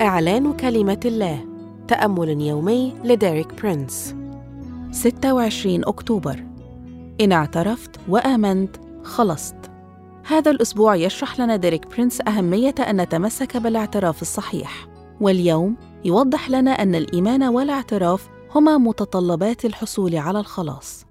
إعلان كلمة الله. تأمل يومي لديريك برينس. 26 أكتوبر. إن اعترفت وآمنت خلصت. هذا الأسبوع يشرح لنا ديريك برينس أهمية أن نتمسك بالاعتراف الصحيح، واليوم يوضح لنا أن الإيمان والاعتراف هما متطلبات الحصول على الخلاص.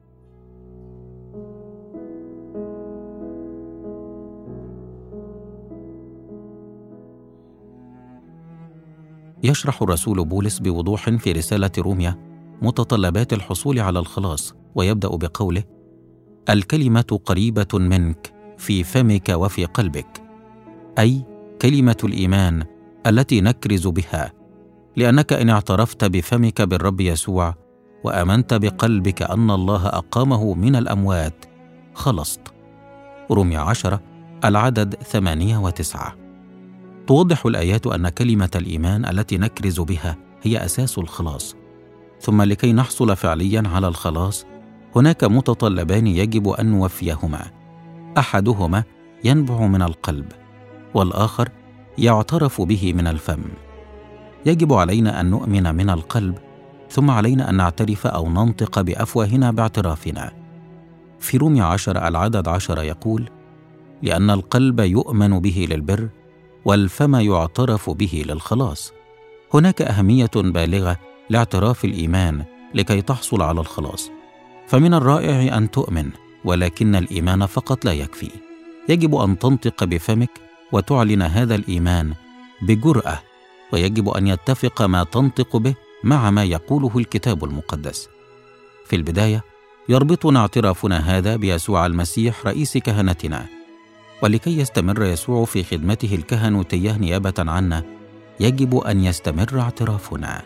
يشرح الرسول بولس بوضوح في رسالة روميا متطلبات الحصول على الخلاص، ويبدأ بقوله: الكلمة قريبة منك في فمك وفي قلبك، أي كلمة الإيمان التي نكرز بها، لأنك إن اعترفت بفمك بالرب يسوع وآمنت بقلبك أن الله أقامه من الأموات خلصت. روميا 10 العدد 8 و9. توضح الآيات أن كلمة الإيمان التي نكرز بها هي أساس الخلاص، ثم لكي نحصل فعلياً على الخلاص هناك متطلبان يجب أن نوفيهما، أحدهما ينبع من القلب والآخر يعترف به من الفم. يجب علينا أن نؤمن من القلب، ثم علينا أن نعترف أو ننطق بأفواهنا باعترافنا. في روميا 10 العدد 10 يقول: لأن القلب يؤمن به للبر والفم يعترف به للخلاص. هناك أهمية بالغة لاعتراف الإيمان لكي تحصل على الخلاص، فمن الرائع أن تؤمن، ولكن الإيمان فقط لا يكفي. يجب أن تنطق بفمك وتعلن هذا الإيمان بجرأة، ويجب أن يتفق ما تنطق به مع ما يقوله الكتاب المقدس. في البداية يربطنا اعترافنا هذا بيسوع المسيح رئيس كهنتنا، ولكي يستمر يسوع في خدمته الكهنوتية نيابة عنا يجب أن يستمر اعترافنا.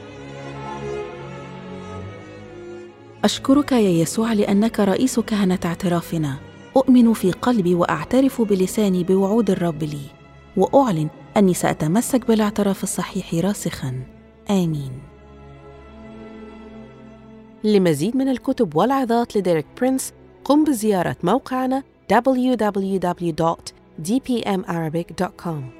أشكرك يا يسوع لأنك رئيس كهنة اعترافنا. أؤمن في قلبي وأعترف بلساني بوعود الرب لي، وأعلن أني سأتمسك بالاعتراف الصحيح راسخاً. آمين. لمزيد من الكتب والعظات لديريك برينس قم بزيارة موقعنا www.dpmarabic.com.